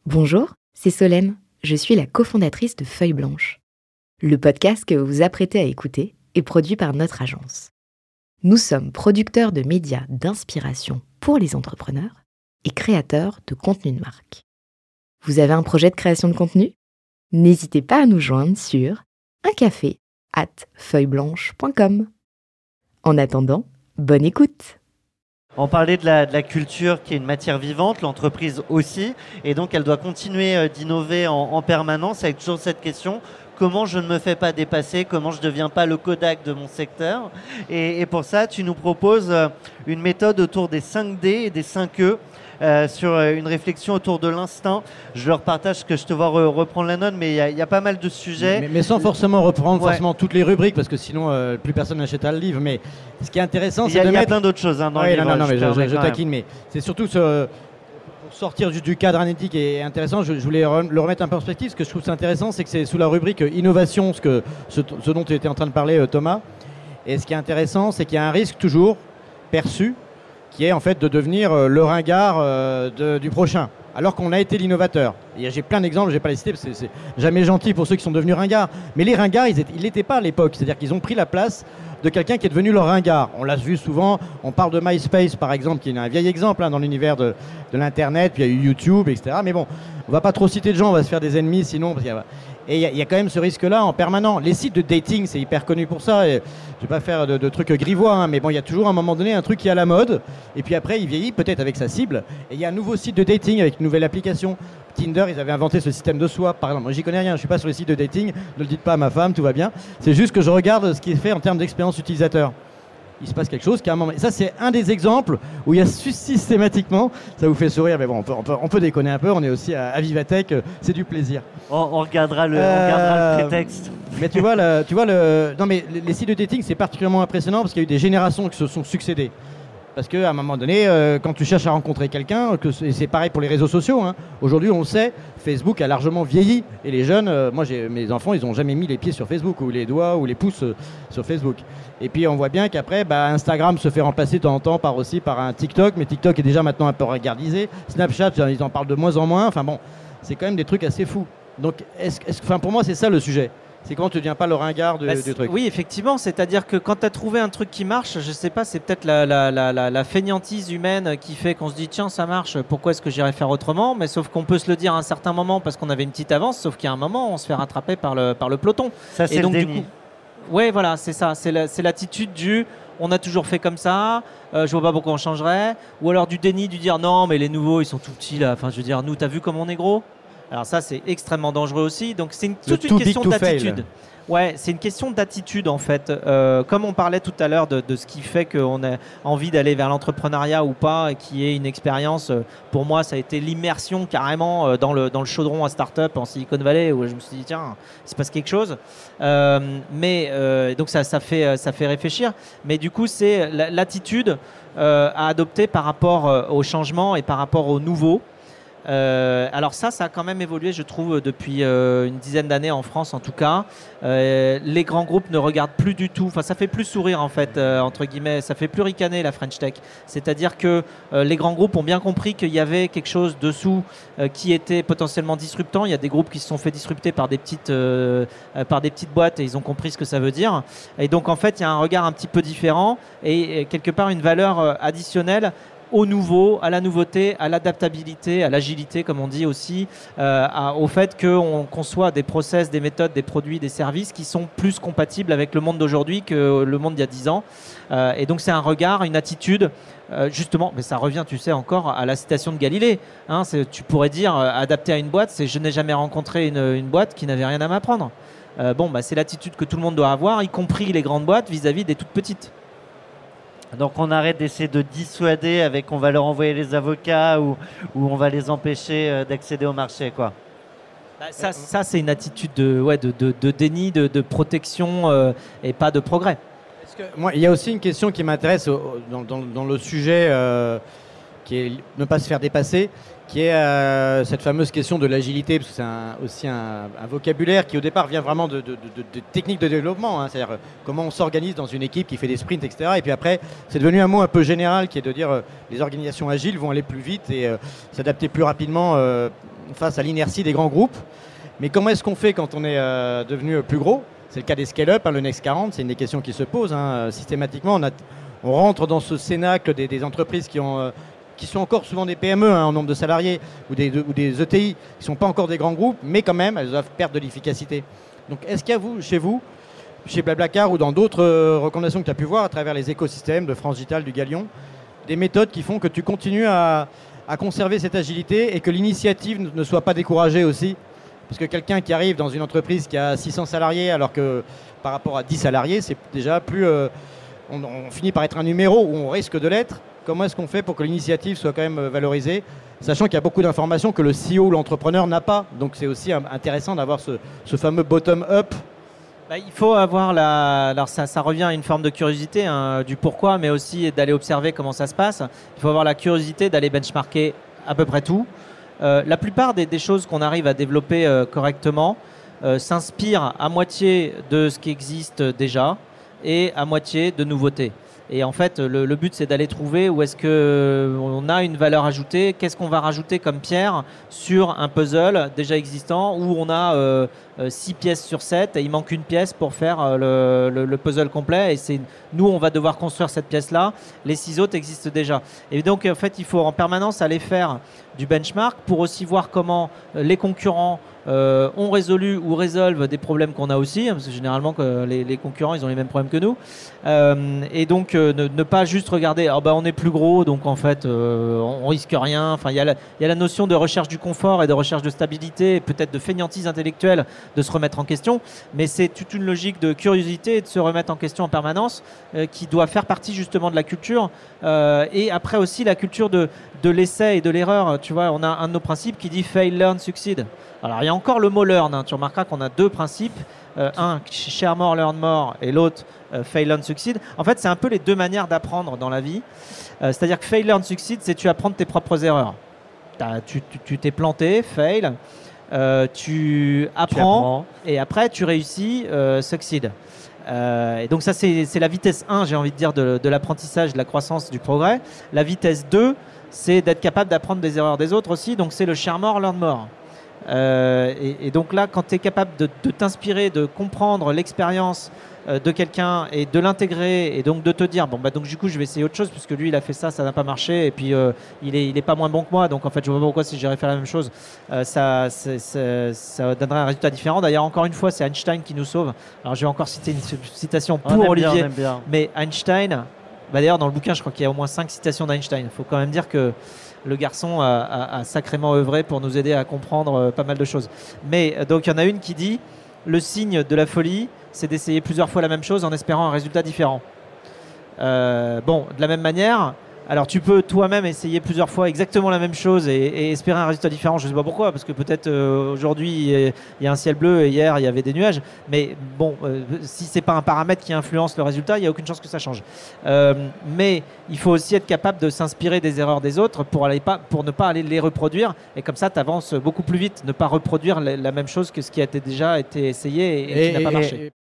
Bonjour, c'est Solène. Je suis la cofondatrice de Feuille Blanche. Le podcast que vous vous apprêtez à écouter est produit par notre agence. Nous sommes producteurs de médias d'inspiration pour les entrepreneurs et créateurs de contenu de marque. Vous avez un projet de création de contenu ? N'hésitez pas à nous joindre sur uncafé@feuilleblanche.com. En attendant, bonne écoute. On parlait de la culture qui est une matière vivante, l'entreprise aussi, et donc elle doit continuer d'innover en permanence avec toujours cette question, comment je ne me fais pas dépasser, comment je ne deviens pas le Kodak de mon secteur. Et pour ça, tu nous proposes une méthode autour des 5D et des 5E, sur une réflexion autour de l'instinct. Je leur partage que je te vois reprendre la note, mais il y a pas mal de sujets. Mais sans forcément reprendre forcément toutes les rubriques, parce que sinon plus personne n'achètera le livre. Mais ce qui est intéressant, c'est de mettre... Il y a plein d'autres choses dans le livre. Non, mais je taquine, mais c'est surtout pour sortir du cadre analytique et intéressant. Je voulais le remettre un peu en perspective. Ce que je trouve intéressant, c'est que c'est sous la rubrique innovation, ce dont tu étais en train de parler, Thomas. Et ce qui est intéressant, c'est qu'il y a un risque toujours perçu qui est en fait de devenir le ringard du prochain, alors qu'on a été l'innovateur. J'ai plein d'exemples, je ne vais pas les citer, parce que c'est jamais gentil pour ceux qui sont devenus ringards. Mais les ringards, ils n'étaient pas à l'époque, c'est-à-dire qu'ils ont pris la place de quelqu'un qui est devenu leur ringard. On l'a vu souvent, on parle de MySpace par exemple, qui est un vieil exemple dans l'univers de l'Internet, puis il y a eu YouTube, etc. Mais bon, on ne va pas trop citer de gens, on va se faire des ennemis sinon. Et il y a quand même ce risque-là en permanent. Les sites de dating, c'est hyper connu pour ça. Et je ne vais pas faire de trucs grivois, mais bon, il y a toujours à un moment donné un truc qui est à la mode. Et puis après, il vieillit peut-être avec sa cible. Et il y a un nouveau site de dating avec une nouvelle application. Tinder, ils avaient inventé ce système de swap, par exemple. Moi, j'y connais rien, je ne suis pas sur les sites de dating. Ne le dites pas à ma femme, tout va bien. C'est juste que je regarde ce qui est fait en termes d'expérience utilisateur. Il se passe quelque chose qui a un moment. Et ça, c'est un des exemples où il y a systématiquement, ça vous fait sourire, mais bon, on peut déconner un peu. On est aussi à Vivatech, c'est du plaisir. On regardera le prétexte. Mais tu vois, non, mais les sites de dating, c'est particulièrement impressionnant parce qu'il y a eu des générations qui se sont succédées. Parce qu'à un moment donné, quand tu cherches à rencontrer quelqu'un, et c'est pareil pour les réseaux sociaux, hein, aujourd'hui on le sait, Facebook a largement vieilli. Et les jeunes, mes enfants, ils n'ont jamais mis les pieds sur Facebook, ou les doigts, ou les pouces sur Facebook. Et puis on voit bien qu'après, Instagram se fait remplacer de temps en temps par un TikTok, mais TikTok est déjà maintenant un peu regardisé. Snapchat, ils en parlent de moins en moins. Enfin bon, c'est quand même des trucs assez fous. Donc pour moi, c'est ça le sujet. C'est quand tu ne deviens pas le ringard du truc. Oui, effectivement. C'est-à-dire que quand tu as trouvé un truc qui marche, je ne sais pas, c'est peut-être la fainéantise humaine qui fait qu'on se dit tiens, ça marche, pourquoi est-ce que j'irais faire autrement ? Mais sauf qu'on peut se le dire à un certain moment parce qu'on avait une petite avance, sauf qu'il y a un moment, on se fait rattraper par le peloton. Ça, c'est et donc, le déni. Ouais, voilà, c'est ça. C'est l'attitude du on a toujours fait comme ça, je vois pas pourquoi on changerait. Ou alors du déni, du dire non, mais les nouveaux, ils sont tout petits là. Enfin, je veux dire, nous, t'as vu comme on est gros ? Alors ça, c'est extrêmement dangereux aussi. Donc c'est toute une question d'attitude. Ouais, c'est une question d'attitude en fait. Comme on parlait tout à l'heure de ce qui fait qu'on a envie d'aller vers l'entrepreneuriat ou pas, et qui est une expérience. Pour moi, ça a été l'immersion carrément dans le chaudron à start-up en Silicon Valley, où je me suis dit tiens, il se passe quelque chose. Donc ça fait réfléchir. Mais du coup, c'est l'attitude à adopter par rapport au changement et par rapport au nouveau. Alors ça a quand même évolué, je trouve, depuis une dizaine d'années en France en tout cas. Les grands groupes ne regardent plus du tout, enfin ça fait plus sourire en fait, entre guillemets, ça fait plus ricaner la French Tech. C'est-à-dire que les grands groupes ont bien compris qu'il y avait quelque chose dessous qui était potentiellement disruptant. Il y a des groupes qui se sont fait disrupter par des petites boîtes et ils ont compris ce que ça veut dire. Et donc en fait, il y a un regard un petit peu différent et quelque part une valeur additionnelle au nouveau, à la nouveauté, à l'adaptabilité, à l'agilité, comme on dit aussi, au fait qu'on conçoit des process, des méthodes, des produits, des services qui sont plus compatibles avec le monde d'aujourd'hui que le monde d'il y a 10 ans. Et donc c'est un regard, une attitude, justement, mais ça revient, tu sais, encore à la citation de Galilée. Hein, tu pourrais dire, adapté à une boîte, c'est je n'ai jamais rencontré une boîte qui n'avait rien à m'apprendre. C'est l'attitude que tout le monde doit avoir, y compris les grandes boîtes vis-à-vis des toutes petites. Donc on arrête d'essayer de dissuader avec on va leur envoyer les avocats ou on va les empêcher d'accéder au marché, quoi. Ça c'est une attitude de déni, de protection et pas de progrès. Moi, il y a aussi une question qui m'intéresse dans le sujet qui est ne pas se faire dépasser, qui est cette fameuse question de l'agilité, parce que c'est aussi un vocabulaire qui au départ vient vraiment de techniques de développement, hein, c'est-à-dire comment on s'organise dans une équipe qui fait des sprints, etc. Et puis après, c'est devenu un mot un peu général qui est de dire les organisations agiles vont aller plus vite et s'adapter plus rapidement face à l'inertie des grands groupes. Mais comment est-ce qu'on fait quand on est devenu plus gros? C'est le cas des scale-up, le Next 40, c'est une des questions qui se posent. Systématiquement, on rentre dans ce cénacle des entreprises qui sont encore souvent des PME en nombre de salariés ou des ETI qui ne sont pas encore des grands groupes, mais quand même, elles doivent perdre de l'efficacité. Donc est-ce qu'il y a chez Blablacar ou dans d'autres recommandations que tu as pu voir à travers les écosystèmes de France Digital, du Galion, des méthodes qui font que tu continues à conserver cette agilité et que l'initiative ne soit pas découragée aussi? Parce que quelqu'un qui arrive dans une entreprise qui a 600 salariés, alors que par rapport à 10 salariés, c'est déjà plus... on finit par être un numéro où on risque de l'être. Comment est-ce qu'on fait pour que l'initiative soit quand même valorisée, sachant qu'il y a beaucoup d'informations que le CEO ou l'entrepreneur n'a pas. Donc c'est aussi intéressant d'avoir ce fameux bottom-up. Il faut avoir alors ça revient à une forme de curiosité du pourquoi, mais aussi d'aller observer comment ça se passe. Il faut avoir la curiosité d'aller benchmarker à peu près tout. La plupart des choses qu'on arrive à développer correctement s'inspirent à moitié de ce qui existe déjà et à moitié de nouveautés. Et en fait, le but, c'est d'aller trouver où est-ce qu'on a une valeur ajoutée, qu'est-ce qu'on va rajouter comme pierre sur un puzzle déjà existant où on a 6 pièces sur 7 et il manque une pièce pour faire le puzzle complet. Et nous, on va devoir construire cette pièce-là. Les 6 autres existent déjà. Et donc, en fait, il faut en permanence aller faire du benchmark pour aussi voir comment les concurrents ont résolu ou résolvent des problèmes qu'on a aussi, parce que généralement les concurrents ils ont les mêmes problèmes que nous, et donc ne pas juste regarder on est plus gros donc en fait on risque rien. Enfin il y a la notion de recherche du confort et de recherche de stabilité, peut-être de fainéantise intellectuelle de se remettre en question, mais c'est toute une logique de curiosité et de se remettre en question en permanence qui doit faire partie justement de la culture, et après aussi la culture de l'essai et de l'erreur. Tu vois, on a un de nos principes qui dit fail, learn, succeed. Alors il y a encore le mot learn, tu remarqueras qu'on a 2 principes, un share more, learn more et l'autre fail, learn, succeed. En fait c'est un peu les 2 manières d'apprendre dans la vie, c'est-à-dire que fail, learn, succeed, c'est tu apprends de tes propres erreurs. Tu t'es planté, fail, tu apprends et après tu réussis, succeed. Et donc ça c'est la vitesse 1, j'ai envie de dire, de l'apprentissage, de la croissance, du progrès. La vitesse 2, c'est d'être capable d'apprendre des erreurs des autres aussi, donc c'est le share more, learn more. Et donc là, quand tu es capable de t'inspirer, de comprendre l'expérience de quelqu'un et de l'intégrer, et donc de te dire donc du coup je vais essayer autre chose puisque lui il a fait ça n'a pas marché, et puis il est pas moins bon que moi, donc en fait je vois pas pourquoi si j'irais faire la même chose ça donnerait un résultat différent. D'ailleurs encore une fois c'est Einstein qui nous sauve. Alors je vais encore citer une citation pour Olivier, mais Einstein, d'ailleurs dans le bouquin je crois qu'il y a au moins 5 citations d'Einstein. Il faut quand même dire que le garçon a sacrément œuvré pour nous aider à comprendre pas mal de choses. Mais donc il y en a une qui dit: le signe de la folie, c'est d'essayer plusieurs fois la même chose en espérant un résultat différent. De la même manière, alors tu peux toi-même essayer plusieurs fois exactement la même chose et espérer un résultat différent. Je ne sais pas pourquoi, parce que peut-être aujourd'hui il y a un ciel bleu et hier il y avait des nuages. Mais si c'est pas un paramètre qui influence le résultat, il n'y a aucune chance que ça change. Mais il faut aussi être capable de s'inspirer des erreurs des autres pour ne pas aller les reproduire. Et comme ça, tu avances beaucoup plus vite. Ne pas reproduire la même chose que ce qui a déjà été essayé et qui n'a pas marché.